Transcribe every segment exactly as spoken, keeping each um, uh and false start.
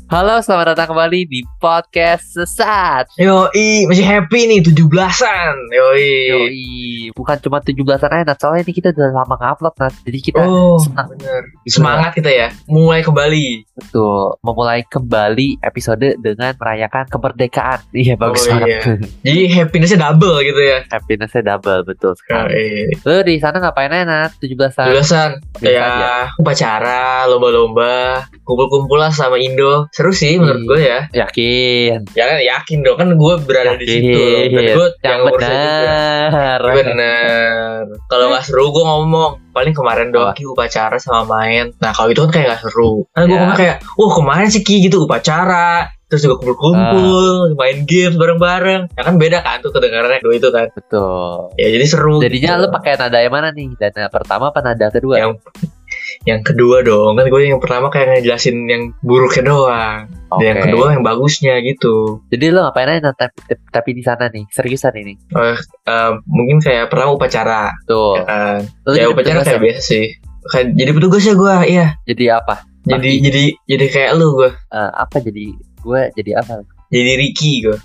Halo, selamat datang kembali di podcast Sesat. Yoi, masih happy nih tujuh belasan. Yoi. Yoi, bukan cuma tujuh belasan aja, Nat. Soalnya ini kita udah lama nge-upload, Nat. Jadi kita Oh, senang. bener. Semangat kita ya, mulai kembali. Betul, memulai kembali episode dengan merayakan kemerdekaan. Iya, bagus Oh, banget. iya. Jadi happinessnya double gitu ya. Happiness-nya double, betul sekali. Yoi. Lu di sana ngapain aja, Nat? tujuh belasan. tujuh belasan, Biasa ya upacara, lomba-lomba, kumpul-kumpul lah sama Indo. Seru sih menurut gue ya. Yakin. Ya kan yakin dong, kan gue berada di situ loh. Dan gue yang benar. Bener. Kalau nggak seru gue ngomong. Paling kemarin doang Ki upacara sama main. Nah kalau itu kan kayak nggak seru. Kan gue Ya. ngomong kayak, wah kemarin sih Ki gitu upacara. Terus juga kumpul-kumpul, main games bareng-bareng. Ya kan beda kan tuh kedengarannya dua itu kan. Betul. Ya jadi seru. Jadinya gitu. lu pakai nada yang mana nih? Nada pertama apa nada kedua? Yang yang kedua dong. Kan gue yang pertama kayak ngejelasin yang buruknya doang. Dan yang Oke. kedua yang bagusnya gitu. Jadi lo ngapain aja Nat, tapi, tapi di sana nih? Seriusan ini? Eh, eh, mungkin kayak pernah upacara. Tuh. Ya kan. Lo Ya jadi upacara petugas kayak ya? biasa sih. Kayak jadi petugas ya gue, iya. Jadi apa? Jadi Baki. jadi jadi kayak lu gue. Eh, apa jadi? Gue jadi apa? Jadi Ricky gue.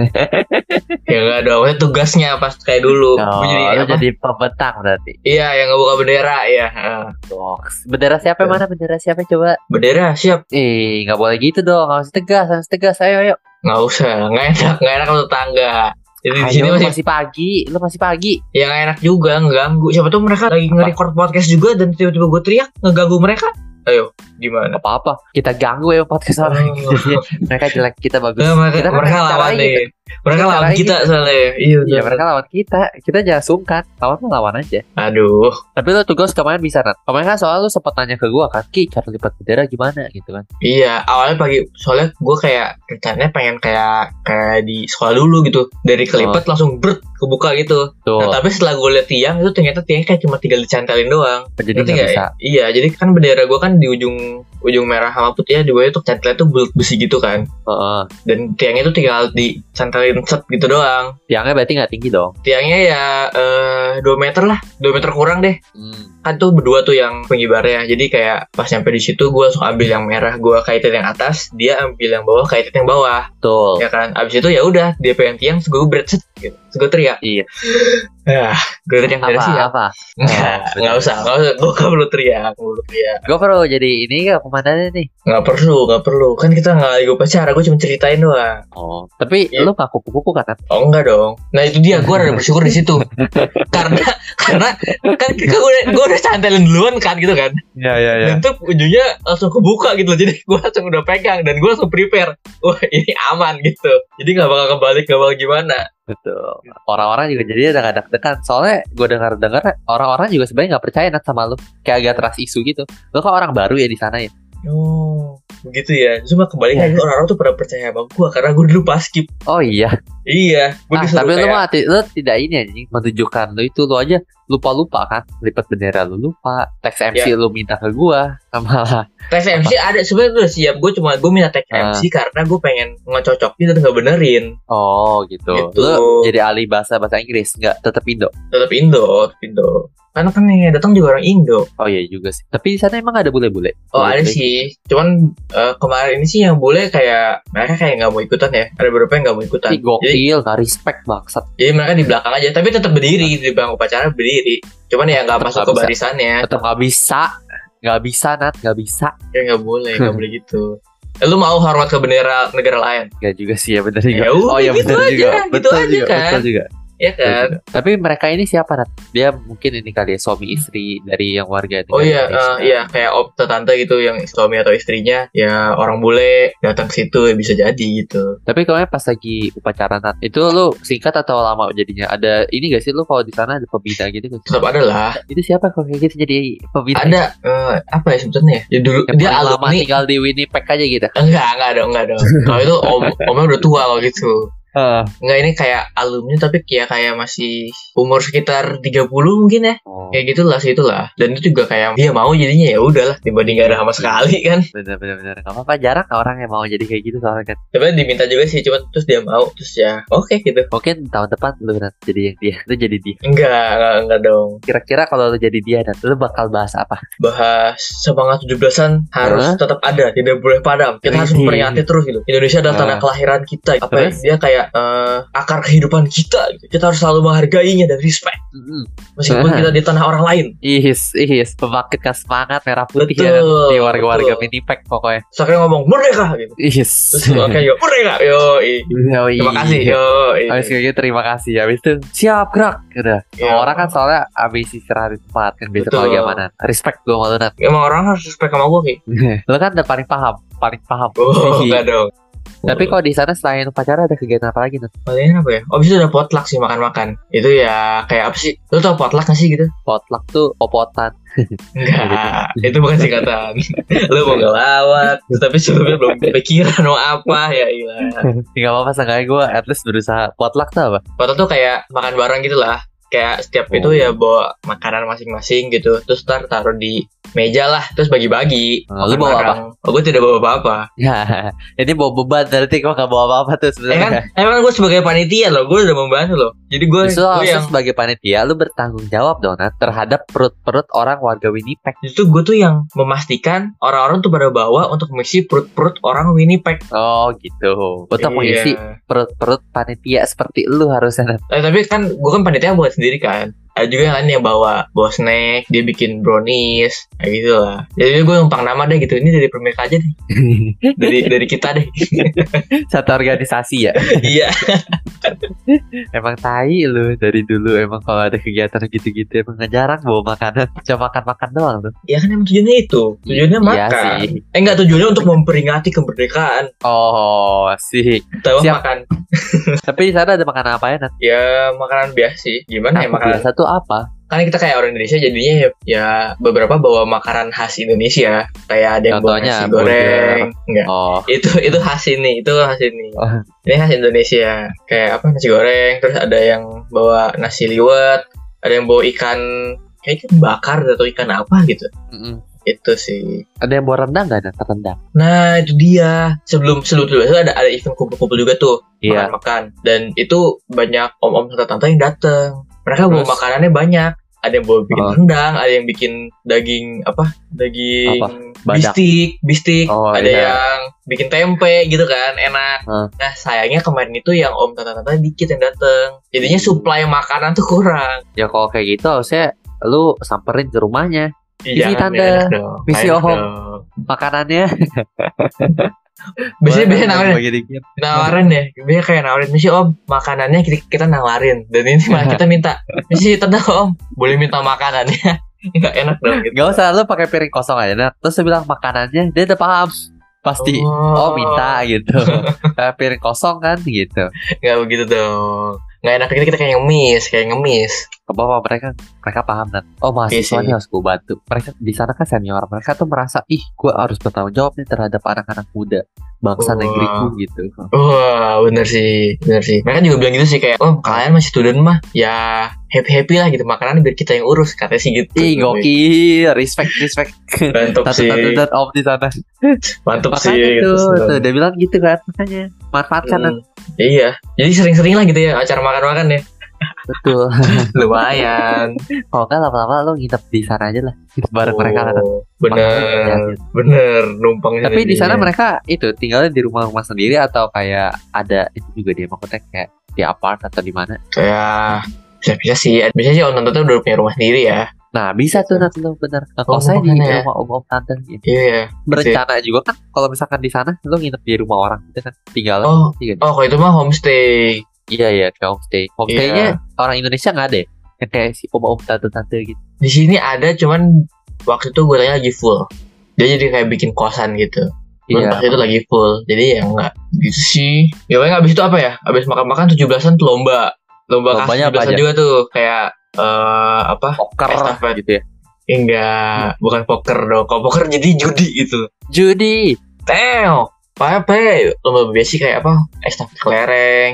Ya enggak dong, maksudnya tugasnya pas kayak dulu. Oh, Gue jadi lo apa? jadi pembentang berarti. Iya, yang ngebuka bendera ya. Heeh. Box. Bendera siapa yang mana? Bendera siapa coba? Bendera siap. Eh, nggak boleh gitu dong. Harus tegas, harus tegas. Ayo, ayo. Nggak usah, nggak enak, nggak enak untuk tetangga. Jadi di Ayo, sini lo masih, masih pagi. Lo masih pagi. ya nggak enak juga, ngeganggu. Siapa tuh mereka lagi nge-record podcast juga dan tiba-tiba gue teriak ngeganggu mereka. Ayo, gimana? Apa-apa. Kita ganggu ya podcast orang. Oh. Jadinya mereka jelek, kita bagus. Nah, mereka, Kita kan mereka caranya lawan gitu. nih. Mereka Kita lawan caranya kita gitu. soalnya. Iya, Iya, betul. mereka lawan kita. Kita jangan sungkan. Lawan tuh lawan aja. Aduh. Tapi lo tugas kemarin bisa, Nat. Kemarin kan soalnya lo sempat nanya ke gue kan, Ki, cara lipat bendera gimana gitu kan. Iya, awalnya pagi soalnya gue kayak rencananya pengen kayak kayak di sekolah dulu gitu. Dari kelipet langsung brut kebuka gitu. Tuh, Nah, tapi setelah gue liat tiang itu ternyata tiangnya kayak cuma tinggal dicantelin doang. jadi Ngerti nggak nggak bisa. ya? Iya, jadi kan bendera gue kan di ujung ujung merah sama putih ya, di bawah itu cantelnya tuh bulat besi gitu kan. Heeh. Dan tiangnya tuh tinggal dicantelin set gitu doang. Tiangnya berarti nggak tinggi dong. Tiangnya ya eh, dua meter lah, dua meter kurang deh. Hmm. Kan tuh berdua tuh yang pengibarnya. Jadi kayak pas nyampe di situ gue langsung ambil yang merah, gue kaitin yang atas, dia ambil yang bawah, kaitin yang bawah. Betul. Ya kan, abis itu ya udah dia pegang tiang, terus gue bret set gitu. Terus gue teriak. Iya. Ah, gue teriak Apa? beda sih ya. Apa? Nggak, nggak usah, nggak usah. Gue gak perlu teriak, nggak perlu teriak. Gue perlu jadi ini gak komandannya nih. Nggak perlu, nggak perlu. Kan kita nggak lagi upacara, gue cuma ceritain doang. Oh, tapi Iya. lo nggak kupu-kupu kan? Nat? Oh enggak dong. Nah itu dia, gue rada bersyukur di situ. karena karena kan gue udah gue udah cantelin duluan kan gitu kan. Iya, iya, Dan tuh ujungnya langsung kebuka gitu loh. Jadi gue langsung udah pegang dan gue langsung prepare. Wah ini aman gitu. Jadi nggak bakal kebalik, nggak bakal gimana. Betul. Orang-orang juga jadi ada nggak deg-degan. Soalnya gue dengar-dengar orang-orang juga sebenarnya nggak percaya Nat sama lo. Kayak agak trust isu gitu. Lo kan orang baru ya di sana ya. Oh begitu ya. Cuma kebalikan Iya. orang-orang tuh pada percaya sama gue karena gue dulu pas skip. Oh iya. Iya. Gue Ah, disuruh tapi lo kayak, mah ti- lo tidak ini anjing menunjukkan lo itu lo aja lupa-lupa kan lipat bendera lo lupa teks M C Ya. lo minta ke gua malah tes M C ada sebenarnya udah siap. Gue cuma gue minta tes Ah. M C karena gue pengen ngecocokin dan nggak benerin. oh gitu. Gitu. Lo jadi ahli bahasa bahasa Inggris nggak tetap Indo. Tetap Indo, tetap Indo. Karena kan yang datang juga orang Indo. Oh iya juga sih. Tapi di sana emang ada bule-bule. Oh Bule-bule. ada sih, cuman eh, kemarin ini sih yang boleh kayak mereka kayak nggak mau ikutan ya. Ada beberapa yang nggak mau ikutan. Ih, Jadi, gokil, gak respect bangsat. jadi mereka di belakang aja, tapi tetap berdiri di bangku upacara berdiri. Cuman ya nggak Tetap masuk nggak ke bisa. barisannya. Tetap nggak bisa, nggak bisa Nat, nggak bisa. Ya nggak boleh, nggak boleh gitu. Eh, lu mau hormat ke bendera negara lain, Nggak juga sih ya bener juga. Ya udah, oh ya gitu bener aja, juga, gitu betul aja juga, kan. betul juga. ya Betul kan? juga. Tapi mereka ini siapa Nat? Dia mungkin ini kali ya suami istri dari yang warga negara Oh iya, Indonesia. eh, iya kayak op tante gitu yang suami atau istrinya ya orang bule datang ke situ ya bisa jadi gitu. Tapi kemarin pas lagi upacara Nat, itu lu singkat atau lama jadinya? Ada ini gak sih lu kalau di sana ada pembina gitu? Nggak sih? Tetap ada lah. Itu siapa kalau kayak gitu jadi pembina? Ada eh, apa ya sebetulnya? Ya dulu Yang dia paling lama alumni. tinggal di Winnipeg aja gitu. Enggak, enggak ada, enggak ada. Kalau itu om, omnya udah tua kalau gitu. Heeh. Enggak, ini kayak alumni tapi kayak kayak masih umur sekitar tiga puluh mungkin ya. Oh, Kayak gitulah sih itulah. Dan itu juga kayak dia mau jadinya ya udahlah dibanding gak ada sama sekali kan. bener-bener bener. Gak apa-apa, jarang orang yang mau jadi kayak gitu soalnya kan. Sebenarnya diminta juga sih, cuman terus dia mau, terus ya oke gitu. Mungkin tahun depan lu Nat, jadi yang dia, lu jadi dia. Enggak, enggak, enggak dong. Kira-kira kalau lu jadi dia, Nat, lu bakal bahas apa? Bahas semangat tujuh belasan harus Hah? tetap ada, tidak boleh padam. Kita harus Widih. memperingati terus gitu. Indonesia adalah tanah Ah. kelahiran kita. Apa ya? Terus? Dia kayak eh, akar kehidupan kita gitu. Kita harus selalu menghargainya dan respect Mm-mm. meskipun Ah. kita di tanah orang lain. Ihis, ihis, membangkitkan semangat merah putih ya, Betul, di warga-warga betul. Winnipeg pokoknya. Terus akhirnya ngomong merdeka gitu. Ihis. Terus oke yo merdeka yo. Yoi. Terima kasih yo. Habis kayak gitu terima kasih. Habis itu siap gerak. Udah. Iya. Semua orang kan soalnya habis istirahat di tempat kan biasa Betul. kalau gimana. Respect gue malu Nat. Emang orang harus respect sama gue Ki. Lu kan udah paling paham, paling paham. Oh, Ih. enggak dong. Tapi kalau di sana selain upacara ada kegiatan apa lagi Nat? Palingan apa ya? Oh, bisa ada potluck sih, makan-makan. Itu ya kayak apa sih? Lu tau potluck gak sih gitu? Potluck tuh opotan. Enggak, itu bukan singkatan. Lu mau ngelawat, tapi sebelumnya belum kepikiran mau apa ya ilah. Gak apa-apa, seenggaknya gue at least berusaha. Potluck tuh apa? Potluck tuh kayak makan bareng gitu lah. Kayak setiap Oh. itu ya bawa makanan masing-masing gitu. Terus ntar taruh di meja lah, terus bagi-bagi. Oh, lu Makan bawa bareng. Oh, gue tidak bawa apa-apa. Ya, ini bawa beban berarti gue gak bawa apa-apa tuh Eh kan, sebenarnya. emang gue sebagai panitia loh, gue udah membantu loh. Jadi gue, Justru gue harusnya yang sebagai panitia lu bertanggung jawab dong Nat, terhadap perut-perut orang warga Winnipeg. Justru gue tuh yang memastikan orang-orang tuh pada bawa untuk mengisi perut-perut orang Winnipeg. Oh gitu. Untuk mengisi Iya. perut-perut panitia seperti lu harusnya Nat. Eh, tapi kan gue kan panitia buat sendiri kan. Ada juga yang lain yang bawa bawa snack, dia bikin brownies, kayak gitu lah. Jadi gue numpang nama deh gitu. Ini dari Permeka aja deh, dari dari kita deh. Satu organisasi ya. Iya. Emang tai lu dari dulu emang kalau ada kegiatan gitu-gitu emang nggak jarang bawa makanan. Cuma makan-makan doang tuh. Ya kan emang tujuannya itu. Tujuannya Iya makan. sih. Eh enggak, tujuannya untuk memperingati kemerdekaan. Oh sih. Tahu Siap. makan. Tapi di sana ada makanan apa ya Nat? Ya makanan biasa sih. Gimana ya Aku makanan? biasa tuh apa? Kan kita kayak orang Indonesia jadinya ya, ya beberapa bawa makanan khas Indonesia. Kayak ada yang bawa Contohnya, nasi goreng. Enggak. Oh. Itu itu khas ini, itu khas ini. Oh. Ini khas Indonesia. Kayak apa, nasi goreng, terus ada yang bawa nasi liwet, ada yang bawa ikan kayak ikan bakar atau ikan apa gitu. Mm-mm. Itu sih. Ada yang bawa rendang nggak Nat? Rendang. Nah, itu dia. Sebelum sebelum itu ada ada event kumpul-kumpul juga tuh, Iya. makan-makan. Dan itu banyak om-om tante-tante yang dateng. Mereka bawa Terus? makanannya banyak. Ada yang bawa bikin Oh. rendang, ada yang bikin daging apa? Daging Apa? Badak. bistik, bistik. Oh, ada iya. yang bikin tempe gitu kan, enak. Hmm. Nah, sayangnya kemarin itu yang om tante-tante dikit yang dateng. Jadinya supply makanan tuh kurang. Ya kalau kayak gitu harusnya lu samperin ke rumahnya. Misi Jangan, tante, nggak enak dong, misi nggak enak om. dong. Makanannya. Biasanya Boleh biasanya dong, nawarin, bagi dikit. nawarin ya. Biasanya kayak nawarin, misi om, makanannya kita, kita nawarin. Dan ini malah kita minta, misi tante om, boleh minta makanannya. Nggak enak dong gitu. Gak usah, lu pakai piring kosong aja Nat. Terus dia bilang makanannya, dia udah paham. Pasti, oh, minta gitu. Kayak piring kosong kan gitu. Nggak begitu dong. Nggak enak, kita, kita kayak ngemis, kayak ngemis. Ke bawah mereka mereka paham Nat. Oh mahasiswa Iya sih. nih harus gue bantu. Mereka di sana kan senior. Mereka tuh merasa ih gue harus bertanggung jawab nih terhadap anak-anak muda bangsa Wah. negeriku gitu. Wah, bener sih, bener sih. Mereka juga bilang gitu sih kayak, oh kalian masih student mah, ya happy happy lah gitu. Makanan biar kita yang urus, katanya sih gitu. Ih gokil, respect respect. Mantap sih, Tante-tante om di sana. mantap sih. Makanya gitu. tuh, tuh dia bilang gitu kan. Makanya manfaatkan Nat. Hmm, iya, jadi sering-sering lah gitu ya acara makan-makan ya. Betul. Lumayan. Kalau nggak lama-lama lo nginep di sana aja lah. Nginep bareng mereka kan. Oh, bener, bener numpang. Tapi di sana jadinya. mereka itu tinggalnya di rumah-rumah sendiri atau kayak ada itu juga dia maksudnya kayak di apart atau di mana? kayak bisa-bisa sih, bisa sih om tante tuh udah punya rumah sendiri ya. Nah bisa tuh nanti lo bener ngekosnya Oh, di makanya ya. rumah om-om tante gitu. Iya. Berencana juga kan kalau misalkan di sana lo nginep di rumah orang gitu kan tinggal. Oh, Iya, oh kalau itu mah homestay. iya iya kayak homestay. Homestaynya orang Indonesia nggak ada ya? Yang kayak si om-om tante-tante gitu. Di sini ada, cuman waktu itu gue tanya lagi full. Dia jadi kayak bikin kosan gitu. Cuman Iya. pas itu lagi full. Jadi ya enggak gitu sih. Ya paling abis itu apa ya? Abis makan-makan tujuh belasan tuh lomba. Lomba khas Lombanya tujuh apa belasan aja? juga tuh. Kayak eh apa? Poker Estafet. gitu ya. Enggak, bukan poker dong. Kalau poker jadi judi gitu. Judi. Teo, apa? Lomba basic kayak apa? Estafet kelereng,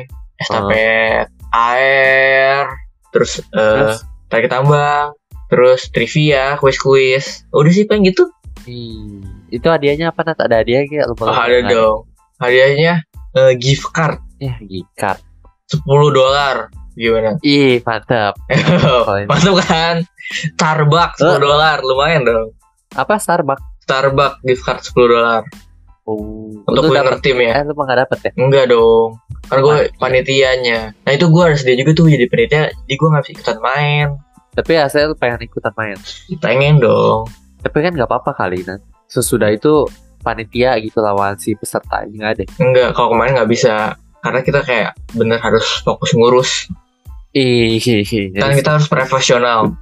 estafet air, terus eh, Terus? tarik tambang, terus trivia, kuis-kuis. Udah sih paling gitu. Hmm, itu hadiahnya apa? Nat? Ada hadiah kayak lupa Oh, ada dong. Hadiahnya eh, gift card Ya gikat. sepuluh dolar. Gimana? Ih mantap. Poin. Masuk kan? Starbucks sepuluh dolar, lumayan dong. Apa Starbucks? Starbucks gift card sepuluh dolar Oh, untuk lu winner dapet- team ya. Eh lu mah nggak dapet ya? Enggak dong. Karena gue Panitia. panitianya. Nah itu gue harus dia juga tuh jadi panitia. Jadi gue gak bisa ikutan main. Tapi asal lu pengen ikutan main. Pengen dong. Tapi kan nggak apa-apa kali Nat. Sesudah itu panitia gitu lawan si peserta ini nggak ada. Enggak, kalau kemarin gak bisa. Karena kita kayak bener harus fokus ngurus. Ih, ih, ih. Kan kita harus profesional.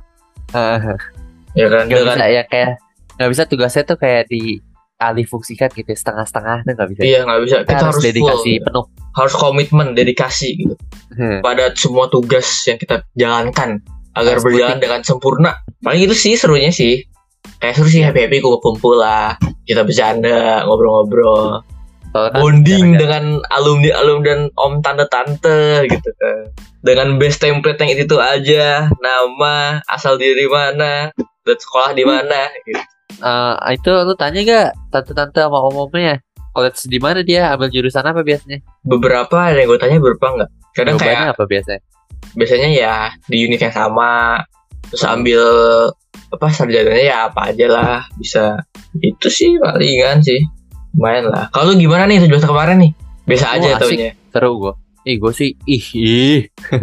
Ya kan? Nggak Dengan, bisa ya kayak nggak bisa tugasnya tuh kayak dialih fungsikan gitu setengah-setengah tuh nggak bisa. iya gak bisa. Kita Kita harus harus dedikasi full. penuh. Harus komitmen, dedikasi gitu. Hmm. Pada semua tugas yang kita jalankan. Agar Harus berjalan penting. dengan sempurna. Paling itu sih serunya sih. Kayak seru sih happy-happy kumpul-kumpul lah. Kita bercanda, ngobrol-ngobrol. Soalnya kan Bonding gara-gara- dengan alumni-alumni dan om tante-tante gitu kan. Dengan base template yang itu aja, nama, asal dari mana, dan sekolah di mana gitu. Eh, itu lu tanya gak tante-tante sama om-omnya college di mana dia ambil jurusan apa biasanya? Beberapa ada yang gue tanya, beberapa enggak. Kadang Jawabannya kayak apa biasanya? biasanya ya di unit yang sama, terus ambil apa sarjananya ya apa aja lah, bisa. Itu sih palingan sih. Lumayan lah. Kalau lu gimana nih tujuh belas kemarin nih? Biasa Oh, aja asik. taunya. Seru gue. Ih gue sih ih ih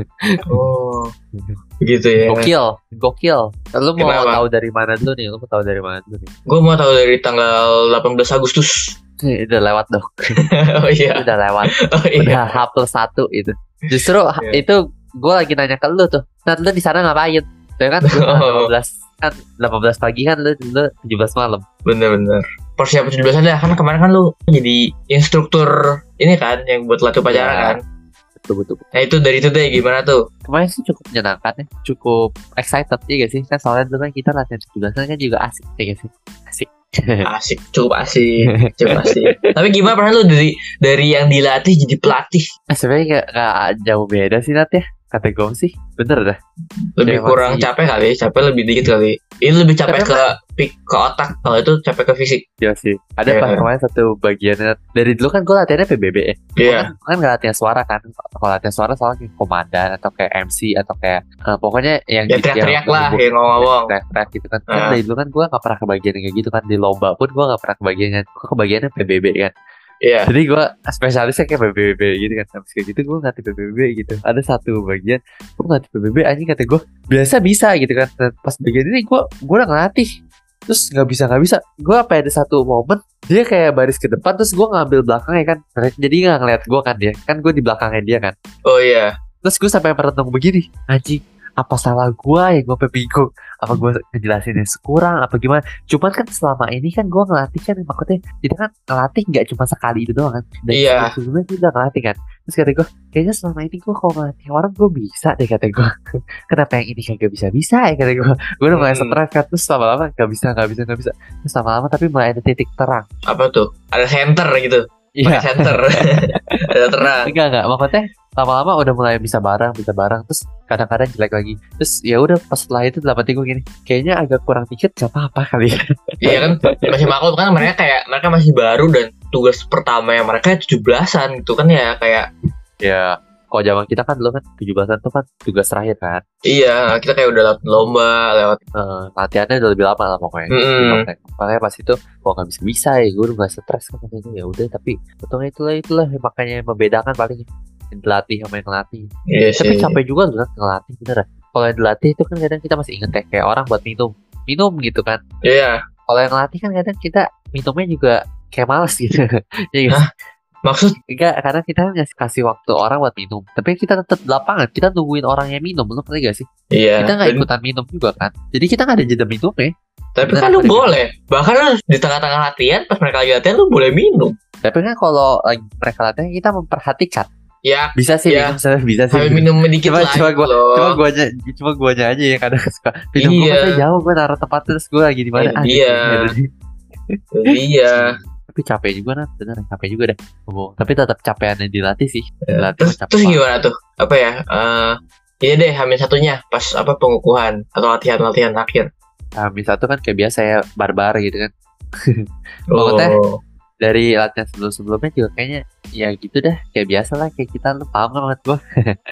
Oh. Begitu ya. gokil gokil. Lu mau Kenapa? tahu dari mana dulu nih? Lu mau tahu dari mana dulu nih? Gue mau tahu dari tanggal delapan belas Agustus. Eh, Udah lewat dong. Oh iya. Udah lewat. Oh iya. Udah H plus satu itu. Justru ha- Iya. itu gue lagi nanya ke lu tuh. Nah lu di sana ngapain? Tuh kan lu delapan belas kan delapan belas pagi kan lu, lu tujuh belas malam. Bener-bener. Persiapan tujuh belas ada kan kemarin kan lu jadi instruktur ini kan yang buat latih upacara Iya. kan. Betul betul. Nah itu dari itu deh gimana tuh? Kemarin sih cukup menyenangkan ya. Cukup excited ya gak sih? Kan soalnya dulu kan kita latihan tujuh belas kan juga asik ya gak sih? Asik. Asik, cukup asik, cukup asik. Tapi gimana pernah lu dari dari yang dilatih jadi pelatih? Eh, sebenarnya gak, gak jauh beda sih Nat ya. Kata gue sih bener dah. Lebih Kayak kurang masih- capek kali, capek lebih dikit kali. Ini lebih capek Tapi ke pik ke otak, kalau itu capek ke fisik. Iya sih. Ada Iya. pas kemarin satu bagiannya. Dari dulu kan gue latihannya P B B ya. Iya. Kan, kan gak latihan suara kan. Kalau latihan suara soalnya kayak komandan atau kayak M C atau kayak eh, pokoknya yang Ya gitu- teriak-teriak yang- lah, kayak ngomong-ngomong. teriak-teriak gitu kan. Kan Ah. dari dulu kan gue gak pernah kebagian kayak gitu kan. Di lomba pun gue gak pernah kebagian kan. Gue kebagiannya P B B kan. Iya. Jadi gue spesialisnya kayak P B B gitu kan. Habis kayak gitu gue ngelatih P B B gitu. Ada satu bagian gue ngelatih P B B anjing kata gue biasa bisa gitu kan. Dan pas bagian ini gue gue udah ngelatih terus nggak bisa nggak bisa. Gue apa ada satu momen dia kayak baris ke depan terus gue ngambil belakangnya kan. Jadi nggak ngeliat gue kan dia. Kan gue di belakangnya dia kan. Oh iya. Terus gue sampai merenung begini anjing. Apa salah gue yang gue bingung? Apa gue ngejelasinnya kurang? Apa gimana? Cuman kan selama ini kan gue ngelatih kan maksudnya kita kan ngelatih nggak cuma sekali itu doang kan. Dan Iya. sebelumnya gue udah ngelatih kan. Terus kata gue kayaknya selama ini gue kalau ngelatih orang gue bisa deh kata gue. Kenapa yang ini kagak bisa-bisa ya kata gue. Gue udah mulai Hmm. stres kan. Terus lama-lama gak bisa gak bisa gak bisa. Terus lama-lama tapi mulai ada titik terang. Apa tuh? Ada center gitu. Pakai Iya. center. Ada terang. Enggak enggak maksudnya lama-lama udah mulai bisa bareng bisa bareng terus kadang-kadang jelek lagi terus ya udah pas setelah itu dapat gue gini kayaknya agak kurang dikit gak apa-apa kali ya. Iya kan masih maklum kan mereka kayak mereka masih baru dan tugas pertama yang mereka tujuh belasan gitu kan ya kayak Ya kalau zaman kita kan dulu kan tujuh belasan tuh kan tugas terakhir kan. iya kita kayak udah lewat lomba lewat Eh, latihannya udah lebih lama lah pokoknya. Mm-mm. Makanya pas itu kok nggak bisa bisa ya gue udah nggak stres kan waktu itu ya udah tapi betulnya itulah itulah makanya yang membedakan paling yang dilatih sama yang ngelatih. iya Tapi sih capek juga loh kan ngelatih bener. Kalau yang dilatih itu kan kadang kita masih inget ya kayak orang buat minum minum gitu kan. iya Kalau yang ngelatih kan kadang kita minumnya juga kayak males gitu. Ya guys. Hah? Maksud Enggak, karena kita ngasih kasih waktu orang buat minum. Tapi kita tetap di lapangan, kita nungguin orang yang minum, lu ngerti gak sih? iya Kita nggak dan- ikutan minum juga kan. Jadi kita nggak ada jeda minumnya. tapi bener, kan lu bener. boleh bahkan lu di tengah-tengah latihan pas mereka lagi latihan lu boleh minum Tapi kan kalau lagi mereka latihan kita memperhatikan. ya Bisa sih Ya. minum, saya bisa sih. sampai minum sedikit Cuma- lah cuma gitu gua- loh. Cuma gua aja, cuma gua aja aja yang kadang suka minum Iya. gua kan jauh, gua naruh tempat terus gua lagi di mana? Iya. gitu. Iya Tapi Tapi capek juga Nat, bener capek juga deh ngomong. Tapi tetap capeannya dilatih sih. Ya, Dilatih terus mah capek terus banget. gimana tuh? Apa ya? Eh ini deh hamil satunya pas apa pengukuhan atau latihan-latihan akhir. Habis satu kan kayak biasa ya, barbar gitu kan. Pokoknya Oh, dari latihan sebelum-sebelumnya juga kayaknya ya gitu dah, kayak biasa lah, kayak kita, lu paham kan banget gue.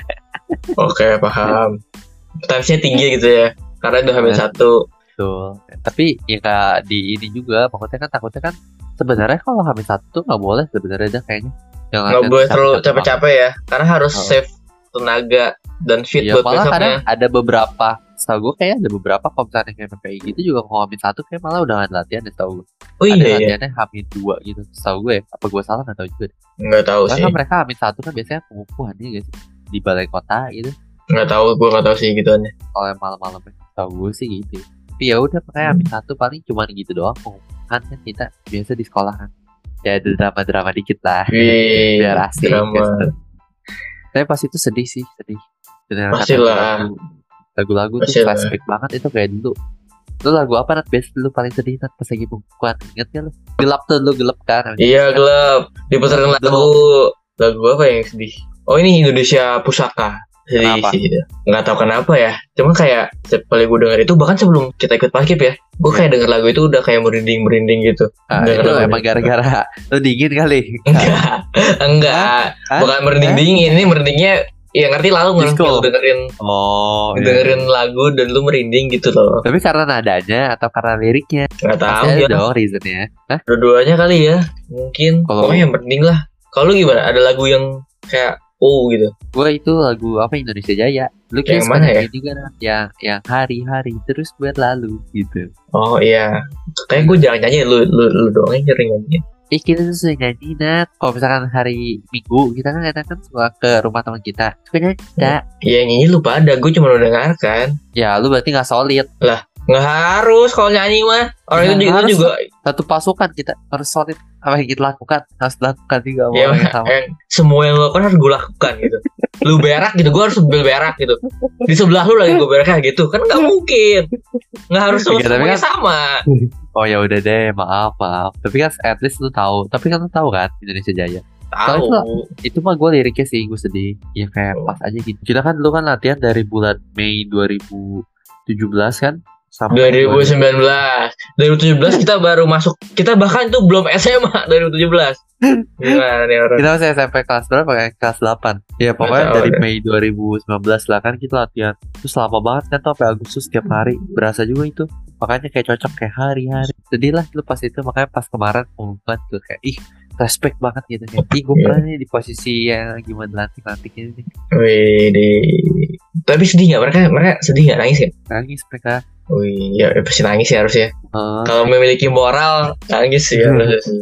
oke paham. Potensinya tinggi gitu ya. Karena udah hamil Nah, satu. Betul. Tapi ya nggak di ini juga, pokoknya kan takutnya kan sebenarnya kalau hamil satu tuh nggak boleh sebenarnya dah kayaknya. Yang Nggak latihan boleh terlalu capek-capek banget. capek-capek ya. Karena harus Oh. save tenaga dan fit Iya, buat malah kadang besoknya. ada beberapa, setahu gue kayak ada beberapa kalau misalnya kayak P P I gitu juga kalau hamil satu kayak malah udah nggak ada latihan deh setahu gue. Oh Ada iya ya. latihannya hamil dua gitu, setahu gue ya. Apa gue salah nggak tahu juga deh. Nggak tahu Soalnya sih. kan mereka hamil satu kan biasanya pengukuhan ya guys, di balai kota gitu. Nggak tahu. Gue nggak tahu sih gituannya. Kalau yang malam-malamnya setahu gue sih gitu. Tapi ya udah, makanya hamil satu paling cuma gitu doang pengukuhan kan kita biasa di sekolahan. Ya ada drama-drama dikit lah. Wih, Biar asik. drama. Guys. Tapi pas itu sedih sih, sedih. Beneran kata Pastilah. lagu, lagu-lagu tuh Pastilah. flashback banget itu kayak dulu. Lu lagu apa Nat? Biasa lu paling sedih Nat pas lagi pengukuhan, inget gak lu? Gelap tuh, lu gelap kan? Iya gelap. Diputerin Lagu. lagu. Lagu apa yang sedih? Oh ini Indonesia Pusaka. Sedih Kenapa? sih. Nggak tahu kenapa ya. Cuma kayak setiap kali gue denger itu bahkan sebelum kita ikut paskib ya, gue kayak denger lagu itu udah kayak merinding-merinding gitu. Ah, Denger itu lagu emang itu. gara-gara lu dingin kali. Enggak, enggak. Hah? Bukan merinding dingin. Ini merindingnya ya ngerti lah lu ngerti Disco. lu dengerin Oh, iya. dengerin lagu dan lu merinding gitu loh. Tapi karena nadanya atau karena liriknya? Nggak tahu Pasti ada ya. dong reasonnya. Hah? Dua-duanya kali ya. Mungkin. Kalau- Pokoknya yang merinding lah. Kalau lu gimana? Ada lagu yang kayak oh gitu. Gue itu lagu apa, Indonesia Jaya. Lu Yang kayak suka mana ya? nyanyi juga Nat. Yang yang hari-hari terus berlalu gitu. Oh iya. Kayak gue jarang nyanyi. Lu lu lu doang yang sering nyanyi. Eh kita tuh sering nyanyi Nat. Kalau misalkan hari Minggu kita kan kadang kan suka ke rumah teman kita, suka nyanyi kita. Ya nyanyi lu pada. Gue cuma mendengarkan. Ya lu berarti nggak solid. Nggak harus kalau nyanyi mah. Orang Nggak itu juga, harus. juga Satu pasukan kita harus solid. Apa yang kita lakukan harus dilakukan juga sama ya, orang yang sama. yang semua yang lu lakukan harus gue lakukan gitu. Lu berak gitu, gue harus sambil berak gitu. Di sebelah lu lagi gue beraknya gitu, kan nggak mungkin. Nggak harus Iya, tapi semuanya kan- sama. Oh ya udah deh, maaf maaf. Tapi kan at least lu tahu. Tapi kan lu tahu kan Indonesia Jaya. Tahu. Itu mah gue liriknya sih gue sedih. Ya kayak pas aja gitu. Kita kan dulu kan latihan dari bulan Mei dua ribu tujuh belas kan dua ribu sembilan belas, dua ribu tujuh belas kita baru masuk. Kita bahkan itu belum S M A dua ribu tujuh belas. Gimana nih orang? Kita masih S M P kelas berapa ya? Kelas delapan. Ya pokoknya Nggak tahu dari deh. Mei dua ribu sembilan belas lah kan kita latihan. Terus lama banget kan tuh sampai Agustus tiap hari. Berasa juga itu. Makanya kayak cocok kayak hari-hari. Sedih lah lu pas itu. Makanya pas kemarin pengumuman tuh kayak ih respect banget gitu. Kayak ih gue Iya. pernah nih di posisi yang gimana lantik-lantiknya nih. Wih, di. Tapi sedih nggak mereka? Mereka sedih nggak, nangis ya? Nangis mereka. Wih, ya ya pasti nangis ya harusnya. Eh, Kalau memiliki moral, nangis sih harusnya sih.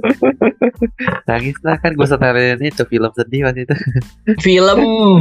nangis lah kan gue setelin itu film sedih waktu itu. Film.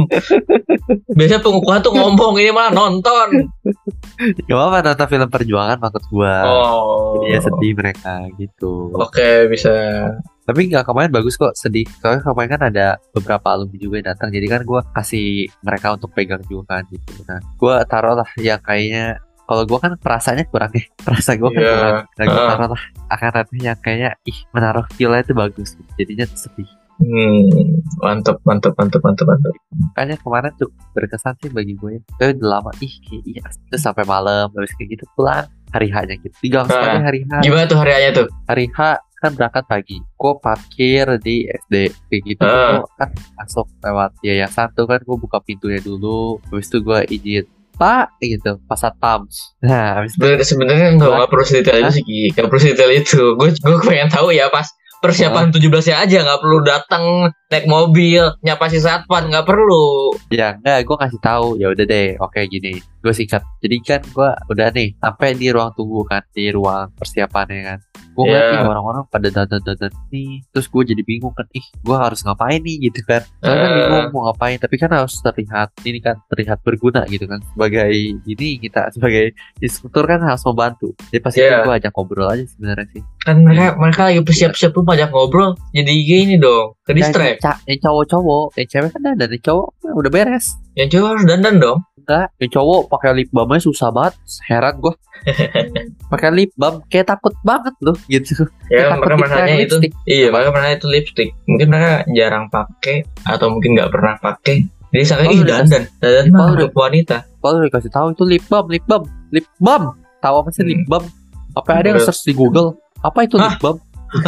Biasa pengukuhan tuh ngomong, ini malah nonton. Gak apa-apa nonton film perjuangan maksud gue. Oh. Jadi ya sedih mereka gitu. Oke, bisa. Tapi nggak, kemarin bagus kok, sedih. Soalnya kemarin kan ada beberapa alumni juga yang datang. Jadi kan gue kasih mereka untuk pegang juga kan gitu. Nah gue taruh lah yang kayaknya, kalau gue kan perasaannya kurang ya. Perasa gue kan Iya. kurang. Nah gue Ah. taruh lah akan ada yang kayaknya ih menaruh feel-nya itu bagus. Jadinya sedih. Hmm, mantap, mantap, mantap, mantap, mantap. Makanya kemarin tuh berkesan sih bagi gue ya. Tapi udah lama ih kayak iya. Terus sampai malam habis kayak gitu pulang hari H-nya gitu. Tiga sekali Ah. hari H. Gimana tuh hari tuh? Hari H kan berangkat pagi. Gue parkir di S D kayak gitu. Ah. Gue kan masuk lewat yayasan tuh kan, gue buka pintunya dulu. Habis itu gue izin Pak gitu, pas satpam. Nah, habis itu Sebenarnya sebenarnya nggak nggak perlu sedetail itu Hah? sih, Ki. Nggak perlu sedetail itu. Gue gue pengen tahu ya pas persiapan tujuh belasnya aja, nggak perlu datang naik mobil nyapa si satpam, nggak perlu. ya enggak, gue kasih tahu. Ya udah deh, oke gini. Gue sikat. Jadi kan gue udah nih sampai di ruang tunggu kan, di ruang persiapannya kan. Gue ngeliat Iya. nih orang-orang pada dandan-dandan nih. Terus gue jadi bingung kan, ih gue harus ngapain nih gitu kan. Soalnya kan Eh. bingung mau ngapain, tapi kan harus terlihat ini kan, terlihat berguna gitu kan. Sebagai ini kita sebagai instruktur kan harus membantu. Jadi pas itu Iya. gue ajak ngobrol aja sebenarnya sih. Kan mereka mereka lagi bersiap-siap tuh banyak ngobrol, jadi gini dong. ke distract. Yang, yang cowok-cowok, yang cewek kan dandan, yang cowok nah, udah beres. Yang cowok harus dandan dong. Enggak, yang cowok pakai lip balmnya susah banget, heran gue. Pakai lip balm kayak takut banget loh gitu. Ya Kayak mereka takut merasanya dipakai itu. lipstick. Iya mereka merasa itu lipstick. Mungkin mereka jarang pakai atau mungkin nggak pernah pakai. Jadi sangka Oh, ih udah dandan, dandan Oh, mah udah. untuk wanita. Kalau dikasih tahu itu lip balm, lip balm, lip balm. Tahu apa sih Hmm. lip balm? Apa ada yang Udah. search di Google? Apa itu Hah? lip balm?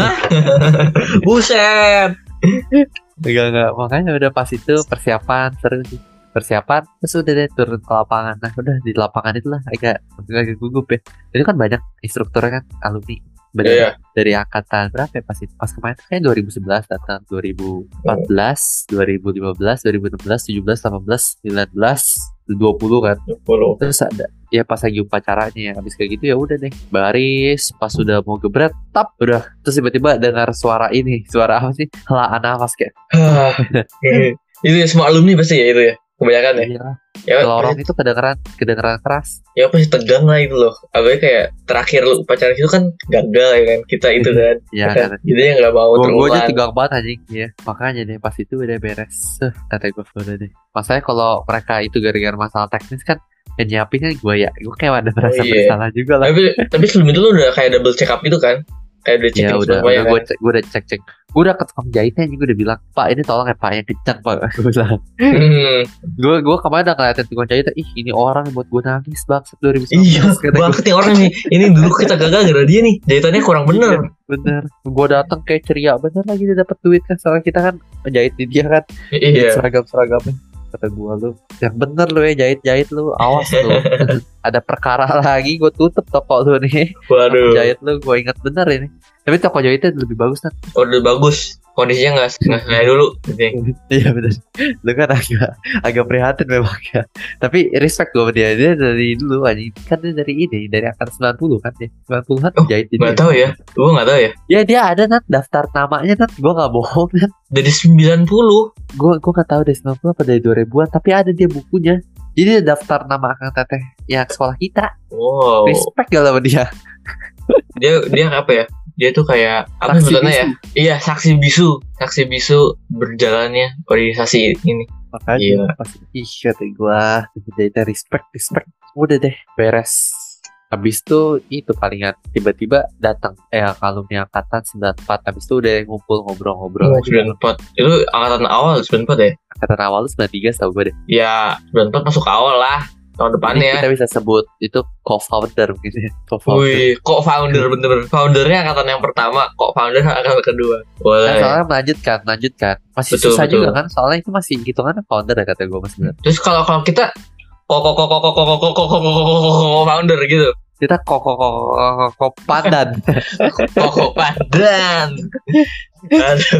Buset. Enggak enggak, makanya udah pas itu persiapan seru sih. Persiapan terus udah deh turun ke lapangan. Nah udah di lapangan itulah agak agak gugup ya. Itu kan banyak instrukturnya kan alumni dari, Iya. dari angkatan berapa ya pas itu? Pas kemarin kayak dua ribu sebelas datang, dua ribu empat belas, dua ribu lima belas, dua ribu enam belas, tujuh belas, delapan belas, sembilan belas, dua puluh kan. sepuluh. Terus ada ya pas lagi upacaranya ya habis kayak gitu ya udah deh baris pas sudah mau gebret tap udah terus tiba-tiba dengar suara ini suara apa sih helaan nafas kayak Itu ya semua alumni pasti ya itu ya. Kebanyakan ya. iya Ya, lorong itu kedengeran kedengeran keras ya pasti tegang lah itu loh. Apalagi kayak terakhir lu upacara itu kan gagal ya kan kita itu kan. ya Kan? kan Jadi yang nggak mau gue gue aja terulang. tegang banget anjing ya makanya deh pas itu udah beres eh, kata gue udah deh masalahnya kalau mereka itu gara-gara masalah teknis kan yang nyiapin kan gue ya gue kayak ada merasa iya. bersalah juga lah Tapi tapi sebelum itu lu udah kayak double check up itu kan? Kayak udah ya checking udah semuanya udah kan? gue cek gue udah cek cek gue udah ke tukang jahitnya juga udah bilang pak ini tolong ya pak yang kencang pak gue bilang Hmm. gue gue kemarin udah ngeliatin tukang jahit ih ini orang yang buat gue nangis banget dua ribu sembilan Iya, belas kata gue. banget nih orang nih. Ini dulu kita gagal gara dia nih. Jahitannya kurang bener. Bener gue datang kayak ceria bener lagi dia dapat duit kan soalnya kita kan jahit di dia kan Iya. seragam seragamnya kata gue lu yang bener lu ya jahit jahit lu awas lu ada perkara lagi gue tutup toko lu nih Waduh. jahit lu gue inget bener ini tapi toko jahitnya lebih bagus kan Oh, udah bagus. Kondisinya nggak nggak kayak dulu. Gitu. iya bener lu kan agak agak prihatin memang ya tapi respect gue sama dia dia dari dulu aja kan dia dari ini dari angkatan sembilan puluh kan dia sembilan puluhan Oh, jahit di Nggak dia tahu ya. Gue nggak tahu ya. ya dia ada nat daftar namanya nat gue nggak bohong nat Dari sembilan puluh. gue gue nggak tahu dari sembilan puluh apa dari dua ribuan tapi ada dia bukunya jadi dia daftar nama akang teteh yang sekolah kita Wow. respect gak sama dia Dia dia apa ya? Dia tuh kayak apa Saksi sebutannya ya? bisu. Iya, saksi bisu. Saksi bisu berjalannya organisasi ini. makanya Iya. pas ih kata gue jahitnya respect respect udah deh beres habis itu itu palingan tiba-tiba datang eh alumni angkatan sembilan puluh empat habis itu udah ngumpul ngobrol-ngobrol Oh, aja. sembilan puluh empat. Itu angkatan awal sembilan puluh empat ya? angkatan awal lu sembilan puluh tiga tau gue deh Ya, sembilan puluh empat masuk ke awal lah. Tahun Jadi depannya. kita bisa sebut itu co-founder mungkin ya co-founder Wih, kok founder bener-bener. Foundernya angkatan yang pertama, kok founder angkatan kedua. Nah, Boleh. soalnya melanjutkan, melanjutkan. Masih Betul, susah betul. juga kan, soalnya itu masih hitungannya founder ya kata gue mas bener. Terus kalau kalau kita kok kok kok kok kok kok kok kok kok kok founder gitu. Kita kok kok kok kok kok pandan. Kok padan. Aduh.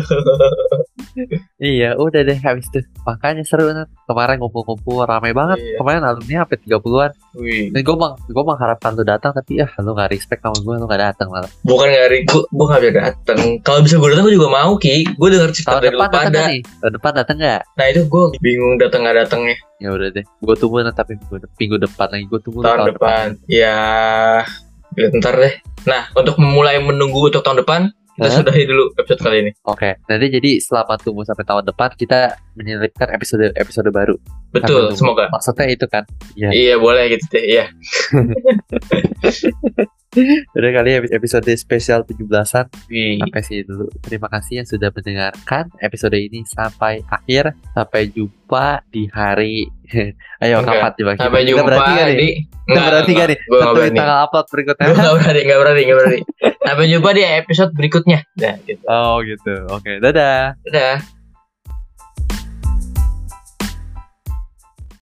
Iya, udah deh habis itu. Makanya seru Nat. Kemarin ngumpul-ngumpul ramai banget. Iya. Kemarin alumni sampai tiga puluhan. Wih. Dan gue mang, gue mengharapkan lu datang tapi ya lu gak respect sama gue, lu gak datang malah. Bukan dari gue, gue gak bisa datang. Kalau bisa gue datang, gue juga mau ki. Gue denger cerita Tahun dari lu depan datang pada. gak nih? Tahun depan datang gak? Nah itu gue bingung datang nggak datangnya Ya udah deh. Gue tunggu Nat, tapi minggu, minggu depan lagi gue tunggu tahun depan. Ya, lihat ntar deh. Nah untuk memulai menunggu untuk tahun depan, kita Hah? sudahi dulu episode kali ini. Oke, nanti jadi selama tunggu sampai tahun depan kita menyelipkan episode episode baru. Betul, Sambil nunggu. semoga. Maksudnya itu kan. Iya. Iya boleh gitu deh. Iya. Udah kali ya episode spesial tujuh belasan Wih. sampai sini dulu. Terima kasih yang sudah mendengarkan episode ini sampai akhir. Sampai jumpa di hari ayo Enggak. kapan coba Sampai kita jumpa berarti kan nih? di. Kita berarti kan nih? Gue gak Tentuin berani. tanggal upload berikutnya. Gue gak berani, gak berani, gak berani. Sampai jumpa di episode berikutnya. Nah, gitu. Oh gitu. Oke, dadah. Dadah.